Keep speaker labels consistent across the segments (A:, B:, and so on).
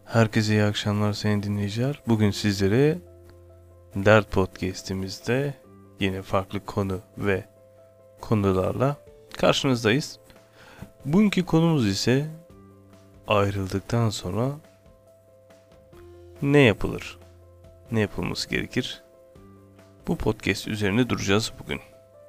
A: Herkese iyi akşamlar sayın dinleyiciler. Bugün sizlere Dert Podcast'imizde yine farklı konu ve konularla karşınızdayız. Bugünkü konumuz ise ayrıldıktan sonra ne yapılır? Ne yapılması gerekir? Bu podcast üzerine duracağız bugün.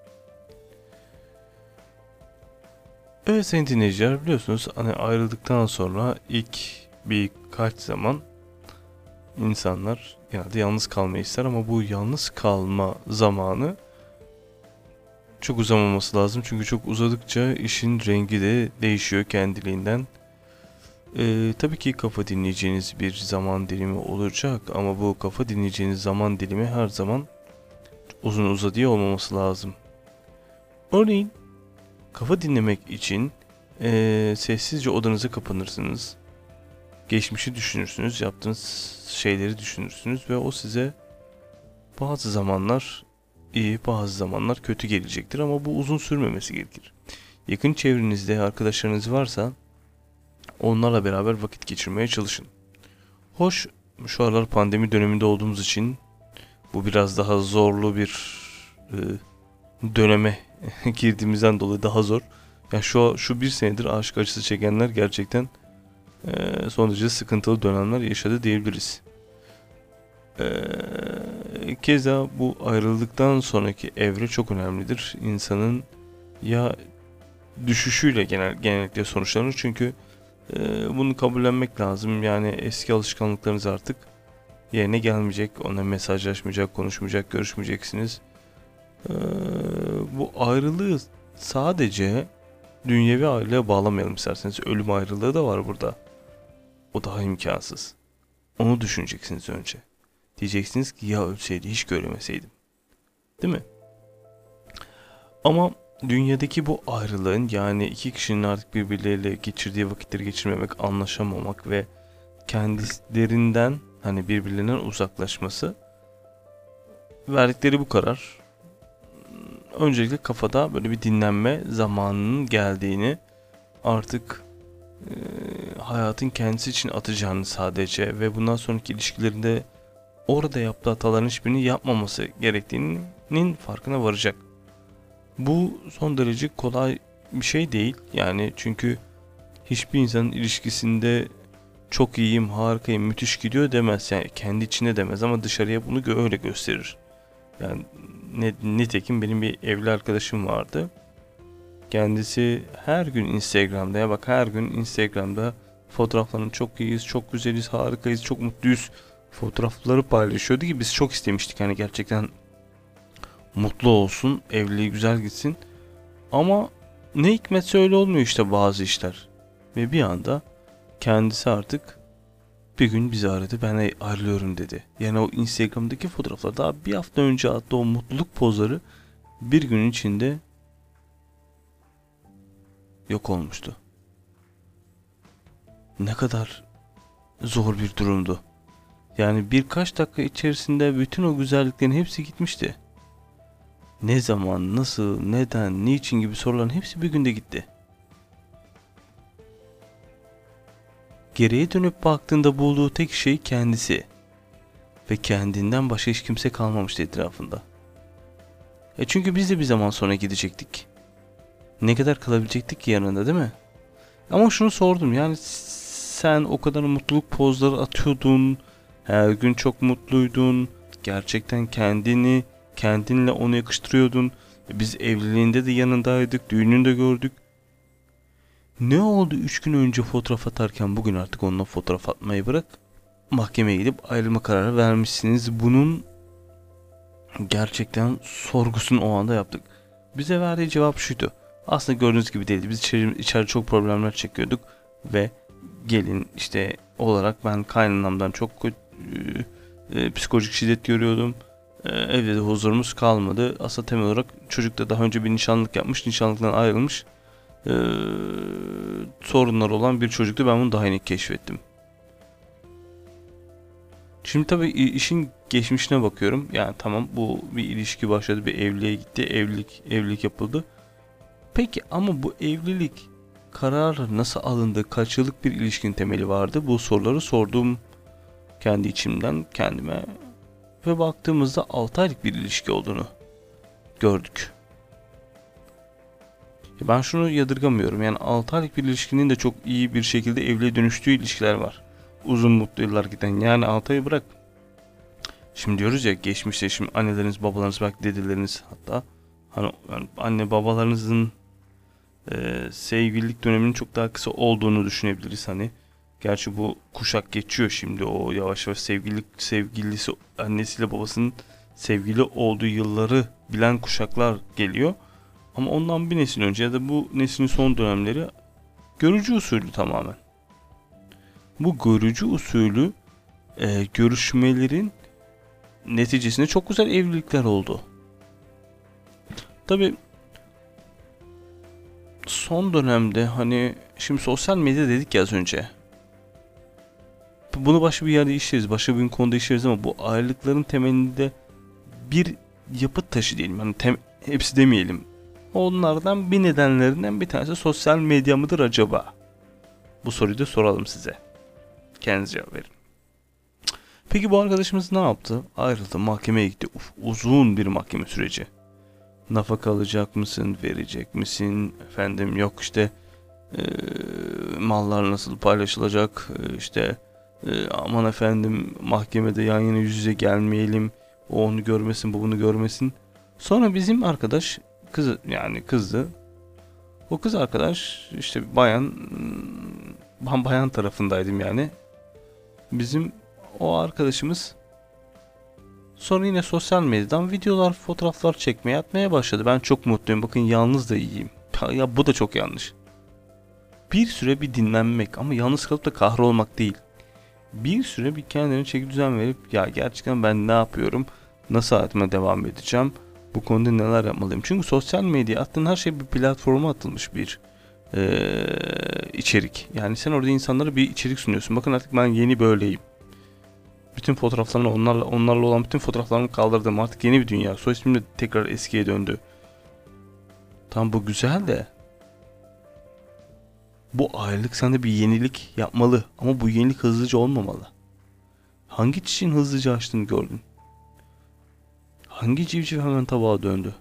A: Evet sayın dinleyiciler, biliyorsunuz hani ayrıldıktan sonra ilk birkaç zaman İnsanlar genelde yalnız kalmayı ister ama bu yalnız kalma zamanı çok uzamaması lazım. Çünkü çok uzadıkça işin rengi de değişiyor kendiliğinden. Tabii ki kafa dinleyeceğiniz bir zaman dilimi olacak ama bu kafa dinleyeceğiniz zaman dilimi her zaman uzun uzadıya olmaması lazım. Örneğin kafa dinlemek için sessizce odanıza kapanırsınız. Geçmişi düşünürsünüz, yaptığınız şeyleri düşünürsünüz ve o size bazı zamanlar iyi, bazı zamanlar kötü gelecektir ama bu uzun sürmemesi gerekir. Yakın çevrenizde arkadaşlarınız varsa onlarla beraber vakit geçirmeye çalışın. Hoş, şu aralar pandemi döneminde olduğumuz için bu biraz daha zorlu bir döneme girdiğimizden dolayı daha zor. Ya şu bir senedir aşk acısı çekenler gerçekten son derece sıkıntılı dönemler yaşadı diyebiliriz. Keza bu ayrıldıktan sonraki evre çok önemlidir. İnsanın ya düşüşüyle genellikle sonuçlanır. Çünkü bunu kabullenmek lazım. Yani eski alışkanlıklarınız artık yerine gelmeyecek. Ona mesajlaşmayacak, konuşmayacak, görüşmeyeceksiniz. Bu ayrılığı sadece dünyevi ayrılığa bağlamayalım isterseniz. Ölüm ayrılığı da var burada. O daha imkansız. Onu düşüneceksiniz önce. Diyeceksiniz ki ya ölseydi hiç göremeseydim. Değil mi? Ama dünyadaki bu ayrılığın, yani iki kişinin artık birbirleriyle geçirdiği vakitleri geçirmemek, anlaşamamak ve kendilerinden hani birbirlerinden uzaklaşması, verdikleri bu karar öncelikle kafada böyle bir dinlenme zamanının geldiğini, artık hayatın kendisi için atacağını sadece ve bundan sonraki ilişkilerinde orada yaptığı hataların hiçbirini yapmaması gerektiğinin farkına varacak. Bu son derece kolay bir şey değil. Yani çünkü hiçbir insanın ilişkisinde çok iyiyim, harikayım, müthiş gidiyor demez. Yani kendi içine demez ama dışarıya bunu öyle gösterir. Yani nitekim benim bir evli arkadaşım vardı. Kendisi her gün Instagram'da, ya bak, her gün Instagram'da fotoğraflarını çok iyiyiz, çok güzeliz, harikayız, çok mutluyuz fotoğrafları paylaşıyordu ki biz çok istemiştik hani gerçekten mutlu olsun, evliliği güzel gitsin. Ama ne hikmetse öyle olmuyor işte bazı işler. Ve bir anda kendisi artık bir gün bizi aradı, ben ayrılıyorum dedi. Yani o Instagram'daki fotoğraflar, daha bir hafta önce attığı o mutluluk pozları bir gün içinde yok olmuştu. Ne kadar zor bir durumdu. Yani birkaç dakika içerisinde bütün o güzelliklerin hepsi gitmişti. Ne zaman, nasıl, neden, niçin gibi soruların hepsi bir günde gitti. Geriye dönüp baktığında bulduğu tek şey kendisi. Ve kendinden başka hiç kimse kalmamıştı etrafında. Çünkü biz de bir zaman sonra gidecektik. Ne kadar kalabilecektik ki yanında, değil mi? Ama şunu sordum, yani sen o kadar mutluluk pozları atıyordun. Her gün çok mutluydun. Gerçekten kendinle onu yakıştırıyordun. Biz evliliğinde de yanındaydık. Düğününü de gördük. Ne oldu 3 gün önce fotoğraf atarken bugün artık onunla fotoğraf atmayı bırak. Mahkemeye gidip ayrılma kararı vermişsiniz. Bunun gerçekten sorgusunu o anda yaptık. Bize verdiği cevap şuydu. Aslında gördüğünüz gibi değildi. Biz içeride çok problemler çekiyorduk. Ve gelin işte olarak ben kaynanamdan çok psikolojik şiddet görüyordum. Evde de huzurumuz kalmadı. Aslında temel olarak çocuk da daha önce bir nişanlık yapmış. Nişanlıktan ayrılmış. Sorunlar olan bir çocuktu. Ben bunu daha yeni keşfettim. Şimdi tabii işin geçmişine bakıyorum. Yani tamam, bu bir ilişki başladı, bir evliliğe gitti. Evlilik yapıldı. Peki ama bu evlilik karar nasıl alındı, kaç yıllık bir ilişkin temeli vardı, bu soruları sordum kendi içimden kendime ve baktığımızda 6 aylık bir ilişki olduğunu gördük. Ben şunu yadırgamıyorum, yani 6 aylık bir ilişkinin de çok iyi bir şekilde evliliğe dönüştüğü ilişkiler var. Uzun mutlu yıllar giden, yani 6 ayı bırak. Şimdi diyoruz ya, geçmişte şimdi anneleriniz, babalarınız, belki dedeleriniz, hatta hani anne babalarınızın sevgililik döneminin çok daha kısa olduğunu düşünebiliriz hani. Gerçi bu kuşak geçiyor şimdi, o yavaş yavaş sevgilisi annesiyle babasının sevgili olduğu yılları bilen kuşaklar geliyor. Ama ondan bir nesil önce ya da bu neslin son dönemleri görücü usulü tamamen. Bu görücü usulü görüşmelerin neticesinde çok güzel evlilikler oldu. Tabi son dönemde hani şimdi sosyal medya dedik ya az önce. Bunu başka bir yerde işleriz, başka bir konuda işleriz ama bu ayrılıkların temelinde bir yapıt taşı diyelim. Hani hepsi demeyelim. Onlardan bir nedenlerinden bir tanesi sosyal medya mıdır acaba? Bu soruyu da soralım size. Kendiniz cevap verin. Peki bu arkadaşımız ne yaptı? Ayrıldı, mahkemeye gitti. Uzun bir mahkeme süreci. Nafaka alacak mısın, verecek misin? Efendim yok işte mallar nasıl paylaşılacak? İşte aman efendim mahkemede yan yana yüz yüze gelmeyelim. O onu görmesin, bu bunu görmesin. Sonra bizim arkadaş kızdı. O kız arkadaş işte ben bayan tarafındaydım yani. Bizim o arkadaşımız sonra yine sosyal medyadan videolar, fotoğraflar çekmeye atmaya başladı. Ben çok mutluyum. Bakın yalnız da iyiyim. Ya bu da çok yanlış. Bir süre bir dinlenmek ama yalnız kalıp da kahrolmak değil. Bir süre bir kendine çeki düzen verip ya gerçekten ben ne yapıyorum? Nasıl hayatıma devam edeceğim? Bu konuda neler yapmalıyım? Çünkü sosyal medya attığın her şey bir platforma atılmış bir içerik. Yani sen orada insanlara bir içerik sunuyorsun. Bakın artık ben yeni böyleyim. Bütün fotoğraflarını onlarla olan bütün fotoğraflarımı kaldırdım. Artık yeni bir dünya. Soy ismim de tekrar eskiye döndü. Tam bu güzel de bu ayrılık sende bir yenilik yapmalı. Ama bu yenilik hızlıca olmamalı. Hangi çiçeğin hızlıca açtığını gördün? Hangi civciv hemen tabağa döndü?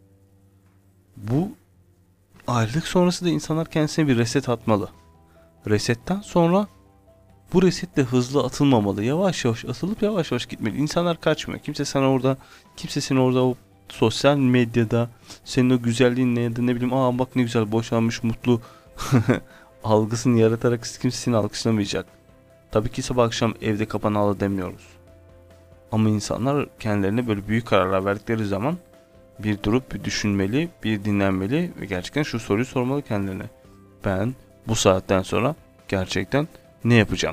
A: Bu ayrılık sonrası da insanlar kendisine bir reset atmalı. Resetten sonra bu reset de hızlı atılmamalı. Yavaş yavaş atılıp yavaş yavaş gitmeli. İnsanlar kaçmıyor. Kimse seni orada o sosyal medyada senin o güzelliğinle ya da ne bileyim aa bak ne güzel boşanmış mutlu algısını yaratarak kimse seni alkışlamayacak. Tabii ki sabah akşam evde kapan ağla demiyoruz. Ama insanlar kendilerine böyle büyük kararlar verdikleri zaman bir durup bir düşünmeli, bir dinlenmeli ve gerçekten şu soruyu sormalı kendilerine. Ben bu saatten sonra gerçekten ne yapacağım?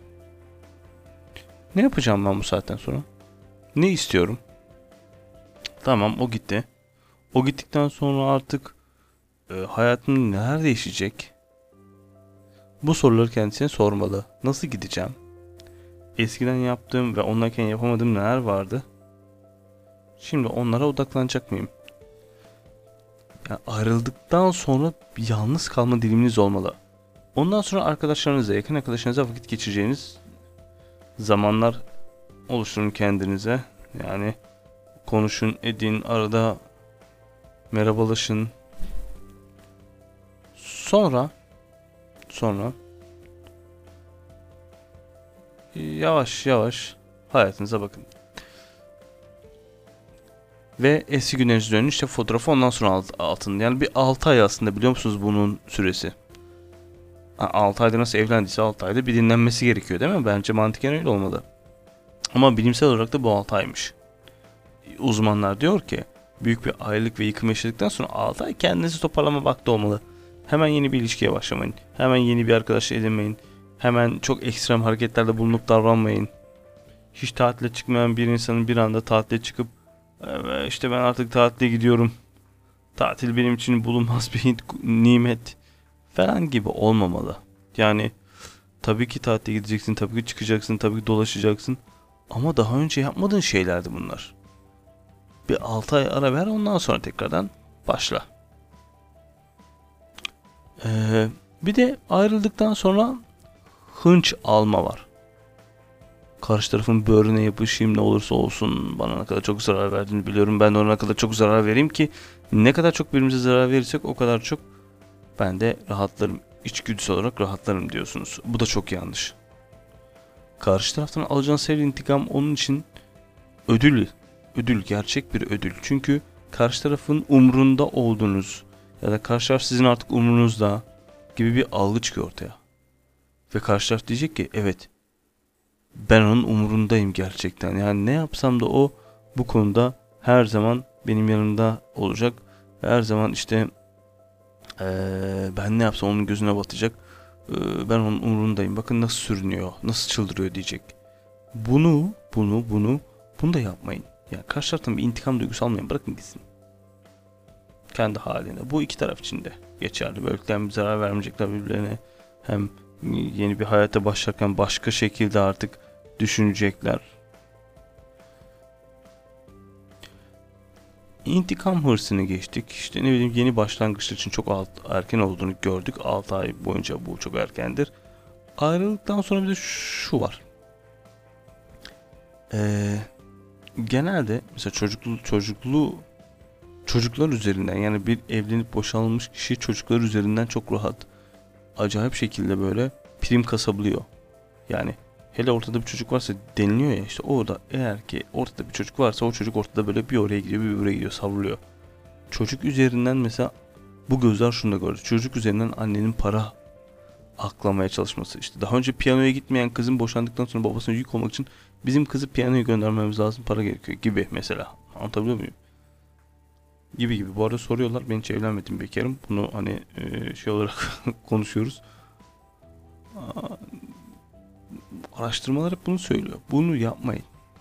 A: Ne yapacağım ben bu saatten sonra? Ne istiyorum? Tamam o gitti. O gittikten sonra artık hayatım neler değişecek? Bu soruları kendisine sormalı. Nasıl gideceğim? Eskiden yaptığım ve onlarken yapamadığım neler vardı? Şimdi onlara odaklanacak mıyım? Yani ayrıldıktan sonra bir yalnız kalma diliminiz olmalı. Ondan sonra arkadaşlarınızla, yakın arkadaşlarınızla vakit geçireceğiniz zamanlar oluşturun kendinize. Yani konuşun, edin, arada merhabalaşın. Sonra yavaş yavaş hayatınıza bakın. Ve eski günlerinize dönün, işte fotoğrafı ondan sonra atın. Yani bir 6 ay aslında, biliyor musunuz bunun süresi? 6 ayda nasıl evlendiyse 6 ayda bir dinlenmesi gerekiyor değil mi? Bence mantıken öyle olmalı. Ama bilimsel olarak da bu 6 aymış. Uzmanlar diyor ki büyük bir ayrılık ve yıkım yaşadıktan sonra 6 ay kendinizi toparlama vakti olmalı. Hemen yeni bir ilişkiye başlamayın. Hemen yeni bir arkadaş edinmeyin. Hemen çok ekstrem hareketlerde bulunup davranmayın. Hiç tatile çıkmayan bir insanın bir anda tatile çıkıp işte ben artık tatile gidiyorum. Tatil benim için bulunmaz bir nimet falan gibi olmamalı. Yani tabii ki tatile gideceksin, tabii ki çıkacaksın, tabii ki dolaşacaksın. Ama daha önce yapmadığın şeylerdi bunlar. Bir 6 ay ara ver, ondan sonra tekrardan başla. Bir de ayrıldıktan sonra hınç alma var. Karşı tarafın böğrüne yapışayım, ne olursa olsun, bana ne kadar çok zarar verdiğini biliyorum. Ben de ona kadar çok zarar vereyim ki ne kadar çok birbirimize zarar verirsek o kadar çok ben de rahatlarım. İçgüdüsel olarak rahatlarım diyorsunuz. Bu da çok yanlış. Karşı taraftan alacağınız her intikam onun için ödül. Ödül, gerçek bir ödül. Çünkü karşı tarafın umrunda olduğunuz ya da karşı taraf sizin artık umrunuzda gibi bir algı çıkıyor ortaya. Ve karşı taraf diyecek ki evet, ben onun umurundayım gerçekten. Yani ne yapsam da o bu konuda her zaman benim yanımda olacak. Her zaman işte ben ne yapsam onun gözüne batacak. Ben onun umurundayım. Bakın nasıl sürünüyor, nasıl çıldırıyor diyecek. Bunu da yapmayın. Yani karşı taraftan bir intikam duygusu almayın. Bırakın gitsin. Kendi haline. Bu iki taraf için de geçerli. Böylelikle hem zarar vermeyecekler birbirlerine, hem yeni bir hayata başlarken başka şekilde artık düşünecekler. İntikam hırsını geçtik. İşte ne bileyim, yeni başlangıçlar için çok erken olduğunu gördük. 6 ay boyunca bu çok erkendir. Ayrılıktan sonra bir de şu var. Genelde mesela çocuklar üzerinden, yani bir evlenip boşanmış kişi çocuklar üzerinden çok rahat, acayip şekilde böyle prim kasabiliyor. Yani hele ortada bir çocuk varsa deniliyor ya, işte orada eğer ki ortada bir çocuk varsa o çocuk ortada böyle bir oraya gidiyor bir buraya gidiyor, savruluyor. Çocuk üzerinden mesela bu gözler şunu da gördü. Çocuk üzerinden annenin para aklamaya çalışması. İşte daha önce piyanoya gitmeyen kızın boşandıktan sonra babasına yük olmak için bizim kızı piyanoya göndermemiz lazım, para gerekiyor gibi mesela. Anlatabiliyor muyum? Gibi. Bu arada soruyorlar. Ben hiç evlenmedim, bekarım. Bunu hani şey olarak konuşuyoruz. Araştırmalar hep bunu söylüyor. Bunu yapmayın.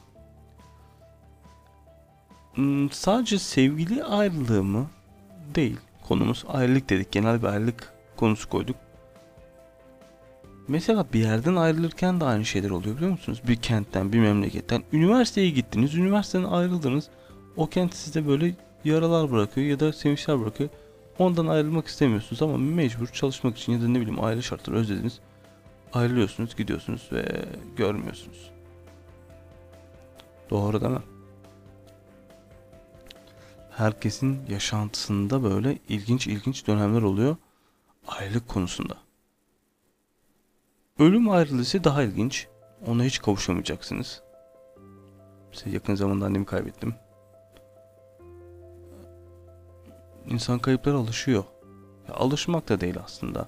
A: Sadece sevgili ayrılığı mı? Değil. Konumuz ayrılık dedik. Genel bir ayrılık konusu koyduk. Mesela bir yerden ayrılırken de aynı şeyler oluyor, biliyor musunuz? Bir kentten, bir memleketten. Üniversiteye gittiniz. Üniversiteden ayrıldınız. O kent sizde böyle yaralar bırakıyor ya da sevinçler bırakıyor. Ondan ayrılmak istemiyorsunuz ama mecbur çalışmak için ya da ne bileyim aile şartları özlediniz. Ayrılıyorsunuz, gidiyorsunuz ve görmüyorsunuz. Doğru değil mi? Herkesin yaşantısında böyle ilginç dönemler oluyor ayrılık konusunda. Ölüm ayrılığı daha ilginç. Ona hiç kavuşamayacaksınız. Mesela yakın zamanda annemi kaybettim. İnsan kayıplara alışıyor. Ya, alışmak da değil aslında.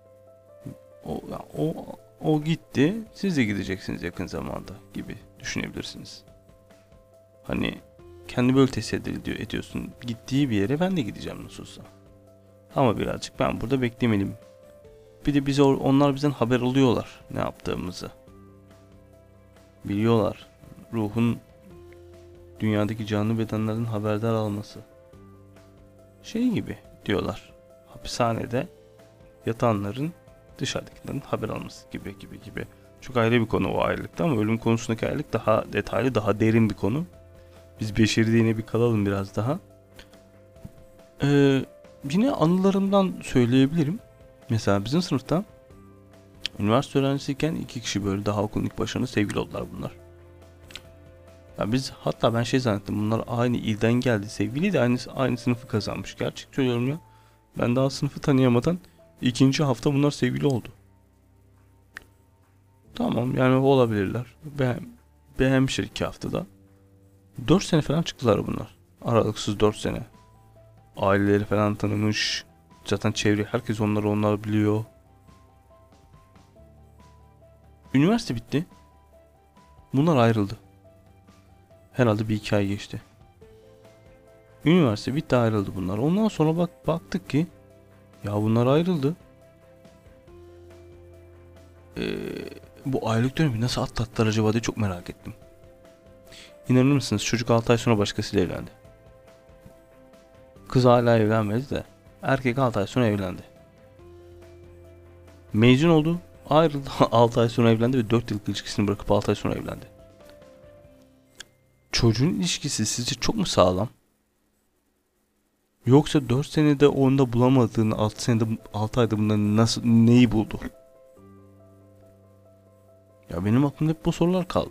A: O gitti, siz de gideceksiniz yakın zamanda gibi düşünebilirsiniz. Hani kendi böyle teselli ediyorsun. Gittiği bir yere ben de gideceğim nasılsa. Ama birazcık ben burada beklemeliyim. Bir de onlar bizden haber alıyorlar ne yaptığımızı. Biliyorlar. Ruhun dünyadaki canlı bedenlerden haberdar alması. Şey gibi diyorlar. Hapishanede yatanların dışarıdakilerin haber alması gibi. Çok ayrı bir konu o ayrılıkta, ama ölüm konusundaki ayrılık daha detaylı, daha derin bir konu. Biz beşeri yine bir kalalım biraz daha. Yine anılarımdan söyleyebilirim. Mesela bizim sınıfta üniversite öğrencisiyken 2 kişi böyle daha okulun ilk başlarında sevgili oldular bunlar. Hatta ben şey zannettim, bunlar aynı ilden geldi, sevgili de aynı sınıfı kazanmış. Gerçek söylüyorum ya. Ben daha sınıfı tanıyamadan ikinci hafta bunlar sevgili oldu. Tamam, yani olabilirler. Beğenmişler 2 haftada. 4 sene falan çıktılar bunlar. Aralıksız 4 sene. Aileleri falan tanımış. Zaten çevre, herkes onlar biliyor. Üniversite bitti. Bunlar ayrıldı. Herhalde 1-2 ay geçti. Üniversite bitti, ayrıldı bunlar. Ondan sonra baktık ki ya bunlar ayrıldı. Bu ayrılık dönemi nasıl atlattılar acaba diye çok merak ettim. İnanır mısınız, çocuk 6 ay sonra başkasıyla evlendi. Kız hala evlenmedi de erkek 6 ay sonra evlendi. Mezun oldu, ayrıldı, 6 ay sonra evlendi ve 4 yıllık ilişkisini bırakıp 6 ay sonra evlendi. Çocuğun ilişkisi sizce çok mu sağlam? Yoksa 4 senede onda bulamadığını 6 senede 6 ayda bundan nasıl neyi buldu? Ya benim aklımda hep bu sorular kaldı.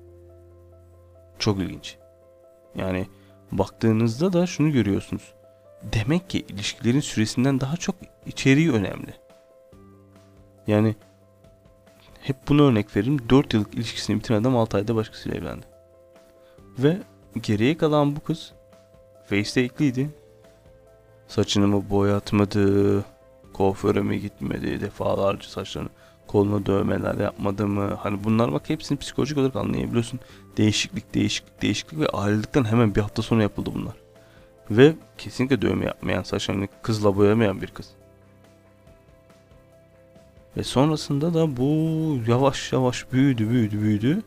A: Çok ilginç. Yani baktığınızda da şunu görüyorsunuz. Demek ki ilişkilerin süresinden daha çok içeriği önemli. Yani hep bunu örnek veririm. 4 yıllık ilişkisini bitiren adam 6 ayda başkasıyla evlendi. Ve geriye kalan bu kız Face'te saçını mı boyatmadı, kuaföre mi gitmedi, defalarca saçlarını koluna dövmeler yapmadı mı? Hani bunlar bak hepsini psikolojik olarak anlayabiliyorsun. Değişiklik ve ayrılıktan hemen bir hafta sonra yapıldı bunlar. Ve kesinlikle dövme yapmayan, saçlarını kızla boyamayan bir kız. Ve sonrasında da bu yavaş yavaş büyüdü.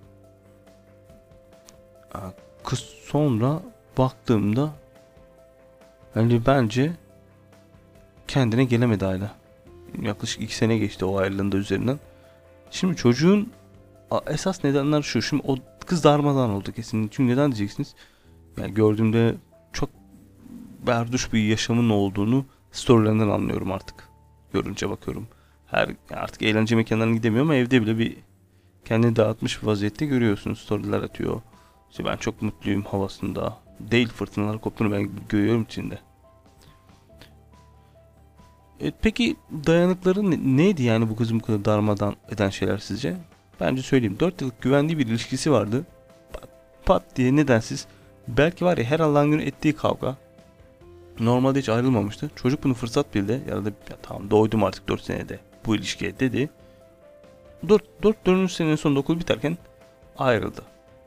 A: Kız sonra baktığımda hani bence kendine gelemedi hala. Yaklaşık 2 sene geçti o ayrılığında üzerinden. Şimdi çocuğun esas nedenler şu. Şimdi o kız darmadan oldu kesinlikle. Çünkü neden diyeceksiniz? Yani gördüğümde çok berduş bir yaşamın olduğunu storylerinden anlıyorum artık. Görünce bakıyorum. Artık eğlence mekanlarına gidemiyor ama evde bile bir kendini dağıtmış bir vaziyette görüyorsunuz. Storyler atıyor. İşte ben çok mutluyum havasında. Değil, fırtınalar koptuğunu ben görüyorum içinde. Peki dayanıkları neydi yani bu kızın bu kadar darmadan eden şeyler sizce? Bence söyleyeyim. 4 yıllık güvendiği bir ilişkisi vardı. Pat diye nedensiz. Belki var ya her Allah'ın günü ettiği kavga. Normalde hiç ayrılmamıştı. Çocuk bunu fırsat bildi. Ya da ya tamam doydum artık 4 senede bu ilişkiye dedi. 4. senenin sonunda okul biterken ayrıldı.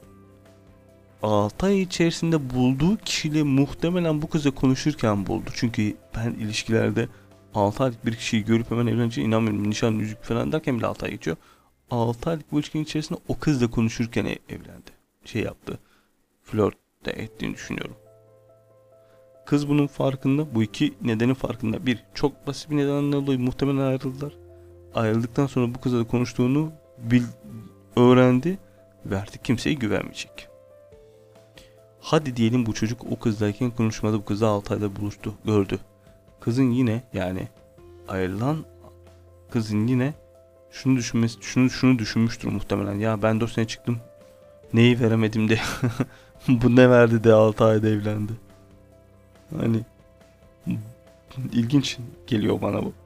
A: 6 ay içerisinde bulduğu kişiyle muhtemelen bu kızla konuşurken buldu. Çünkü ben ilişkilerde 6 aylık bir kişiyi görüp hemen evleneceğine inanmıyorum. Nişan, yüzük falan derken bile 6 ay geçiyor. 6 aylık bu ilişkinin içerisinde o kızla konuşurken evlendi. Yaptı. Flört de ettiğini düşünüyorum. Kız bunun farkında. Bu iki nedenin farkında. Bir, çok basit bir nedenle dolayı muhtemelen ayrıldılar. Ayrıldıktan sonra bu kızla konuştuğunu öğrendi ve artık kimseye güvenmeyecek. Hadi diyelim bu çocuk o kızdayken konuşmadı. Bu kızla 6 ayda buluştu. Gördü. Kızın yine yani ayrılan kızın yine şunu düşünmüştür muhtemelen. Ya ben 4 sene çıktım. Neyi veremedim de bu ne verdi de 6 ayda evlendi. Hani ilginç geliyor bana bu.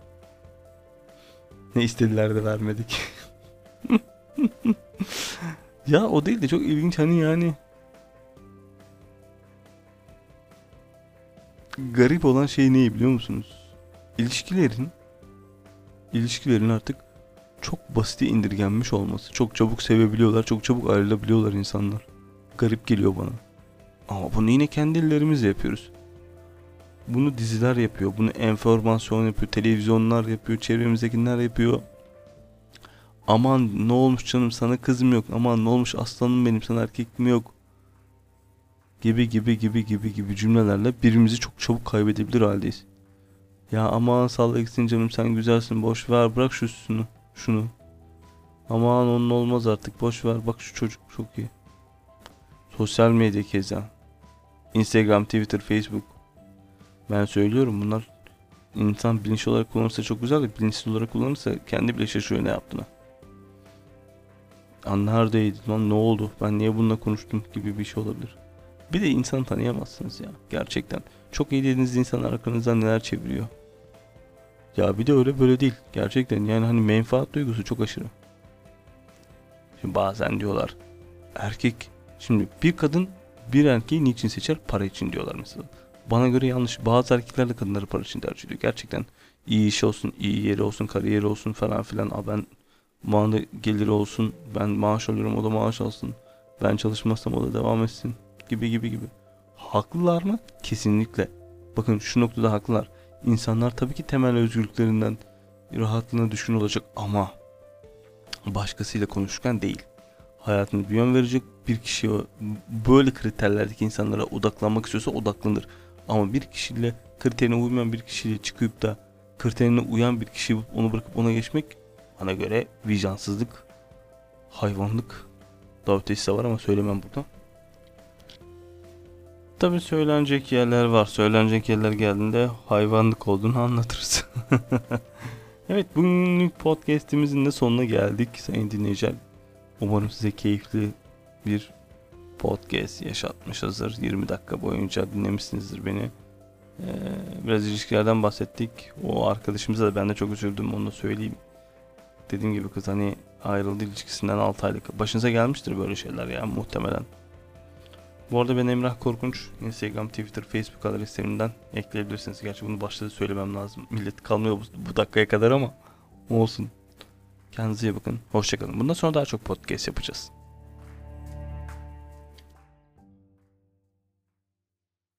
A: Ne istediler de vermedik. Ya o değil de çok ilginç hani yani. Garip olan şey ne biliyor musunuz? İlişkilerin artık çok basite indirgenmiş olması. Çok çabuk sevebiliyorlar, çok çabuk ayrılabiliyorlar insanlar. Garip geliyor bana. Ama bunu yine kendi ellerimizle yapıyoruz. Bunu diziler yapıyor, bunu enformasyon yapıyor, televizyonlar yapıyor, çevremizdekiler yapıyor. Aman ne olmuş canım sana kızım yok, aman ne olmuş aslanım benim sana erkek mi yok. Gibi cümlelerle birbirimizi çok çabuk kaybedebilir haldeyiz. Ya aman salla gitsin canım sen güzelsin boş ver bırak şunu. Aman onun olmaz artık boş ver bak şu çocuk çok iyi. Sosyal medya keza. Instagram, Twitter, Facebook. Ben söylüyorum bunlar insan bilinçli olarak kullanırsa çok güzel de bilinçsiz olarak kullanırsa kendi bile şaşırıyor ne yaptığına. Neredeydi lan ne oldu ben niye bununla konuştum gibi bir şey olabilir. Bir de insan tanıyamazsınız ya gerçekten. Çok iyi dediğiniz insanlar arkanızdan neler çeviriyor. Ya bir de öyle böyle değil gerçekten yani hani menfaat duygusu çok aşırı. Şimdi bazen diyorlar erkek şimdi bir kadın bir erkeği niçin seçer? Para için diyorlar mesela. Bana göre yanlış. Bazı erkekler de kadınları para için tercih ediyor. Gerçekten iyi iş olsun, iyi yeri olsun, kariyeri olsun falan filan. Ben bana geliri olsun, ben maaş alıyorum o da maaş alsın. Ben çalışmazsam o da devam etsin gibi. Haklılar mı? Kesinlikle. Bakın şu noktada haklılar. İnsanlar tabii ki temel özgürlüklerinden rahatlığına düşkün olacak ama başkasıyla konuşurken değil. Hayatını bir yön verecek bir kişiye böyle kriterlerdeki insanlara odaklanmak istiyorsa odaklanır. Ama bir kişiyle kriterine uymayan bir kişiyle çıkıp da kriterine uyan bir kişiyi onu bırakıp ona geçmek bana göre vicdansızlık, hayvanlık daha ötesi var ama söylemem burada. Tabii söylenecek yerler var. Söylenecek yerler geldiğinde hayvanlık olduğunu anlatırız. Evet, bugünlük podcast'imizin de sonuna geldik sayın dinleyiciler. Umarım size keyifli bir podcast yaşatmışızdır. 20 dakika boyunca dinlemişsinizdir beni. Biraz ilişkilerden bahsettik. O arkadaşımıza da ben de çok üzüldüm, onu da söyleyeyim. Dediğim gibi kız hani ayrıldı ilişkisinden 6 aylık. Başınıza gelmiştir böyle şeyler ya muhtemelen. Bu arada ben Emrah Korkunç. Instagram, Twitter, Facebook adreslerinden ekleyebilirsiniz. Gerçi bunu başta da söylemem lazım. Millet kalmıyor bu dakikaya kadar ama olsun. Kendinize iyi bakın. Hoşçakalın. Bundan sonra daha çok podcast yapacağız.